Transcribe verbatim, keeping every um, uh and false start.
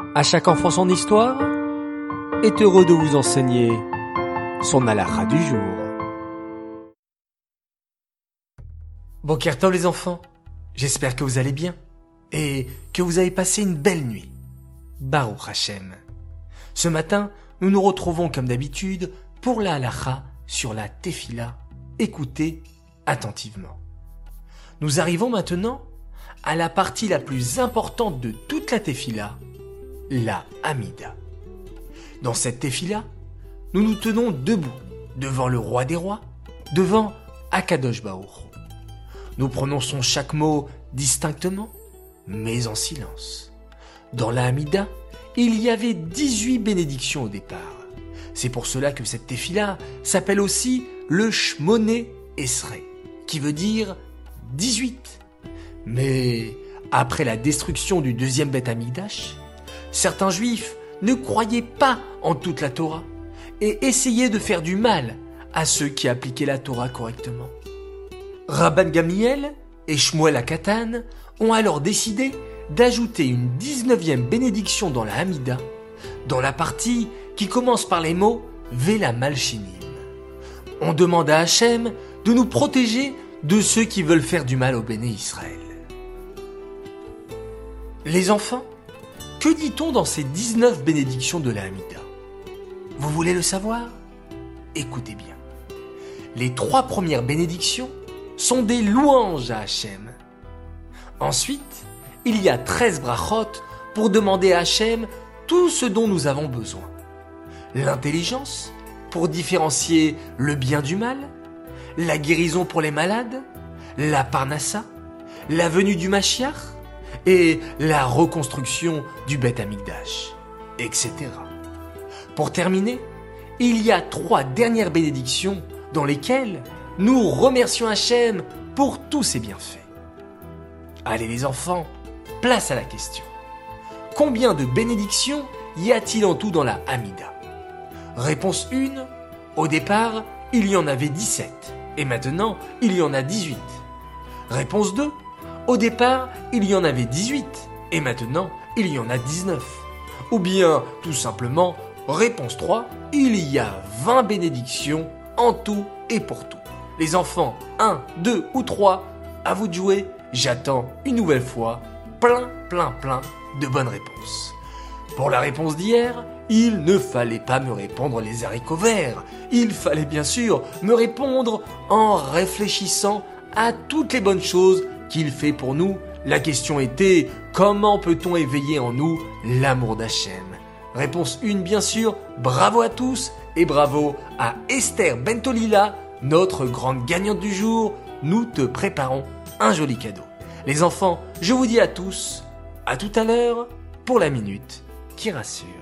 À chaque enfant son histoire est heureux de vous enseigner son halakha du jour. Boker Tov les enfants, j'espère que vous allez bien et que vous avez passé une belle nuit. Baruch Hashem. Ce matin, nous nous retrouvons comme d'habitude pour la halakha sur la tefila. Écoutez attentivement. Nous arrivons maintenant à la partie la plus importante de toute la tefila, la Hamida. Dans cette tefila, nous nous tenons debout devant le roi des rois, devant Akadosh Baruch Hu. Nous prononçons chaque mot distinctement, mais en silence. Dans la Hamida, il y avait dix-huit bénédictions au départ. C'est pour cela que cette tefila s'appelle aussi le Shmoné Esrei, qui veut dire dix-huit. Mais après la destruction du deuxième Beth Amikdash, certains juifs ne croyaient pas en toute la Torah et essayaient de faire du mal à ceux qui appliquaient la Torah correctement. Rabban Gamliel et Shmuel HaKatan ont alors décidé d'ajouter une dix-neuvième bénédiction dans la Hamida, dans la partie qui commence par les mots Vela Malchinim. On demande à Hachem de nous protéger de ceux qui veulent faire du mal au Béné Israël. Les enfants, que dit-on dans ces dix-neuf bénédictions de la Hamida? Vous voulez le savoir? Écoutez bien. Les trois premières bénédictions sont des louanges à Hachem. Ensuite, il y a treize brachot pour demander à Hachem tout ce dont nous avons besoin. L'intelligence pour différencier le bien du mal, la guérison pour les malades, la parnassa, la venue du Mashiach et la reconstruction du Beth Amikdash, et cetera. Pour terminer, il y a trois dernières bénédictions dans lesquelles nous remercions Hachem pour tous ses bienfaits. Allez les enfants, place à la question. Combien de bénédictions y a-t-il en tout dans la Hamida? Réponse un, au départ, il y en avait dix-sept, et maintenant, il y en a dix-huit. Réponse deux, au départ, il y en avait dix-huit, et maintenant, il y en a dix-neuf. Ou bien, tout simplement, réponse trois, il y a vingt bénédictions en tout et pour tout. Les enfants, un, deux ou trois, à vous de jouer, j'attends une nouvelle fois plein, plein, plein de bonnes réponses. Pour la réponse d'hier, il ne fallait pas me répondre les haricots verts. Il fallait bien sûr me répondre en réfléchissant à toutes les bonnes choses qu'il fait pour nous. La question était, comment peut-on éveiller en nous l'amour d'Hachem? Réponse un, bien sûr, bravo à tous et bravo à Esther Bentolila, notre grande gagnante du jour. Nous te préparons un joli cadeau. Les enfants, je vous dis à tous, à tout à l'heure pour la minute qui rassure.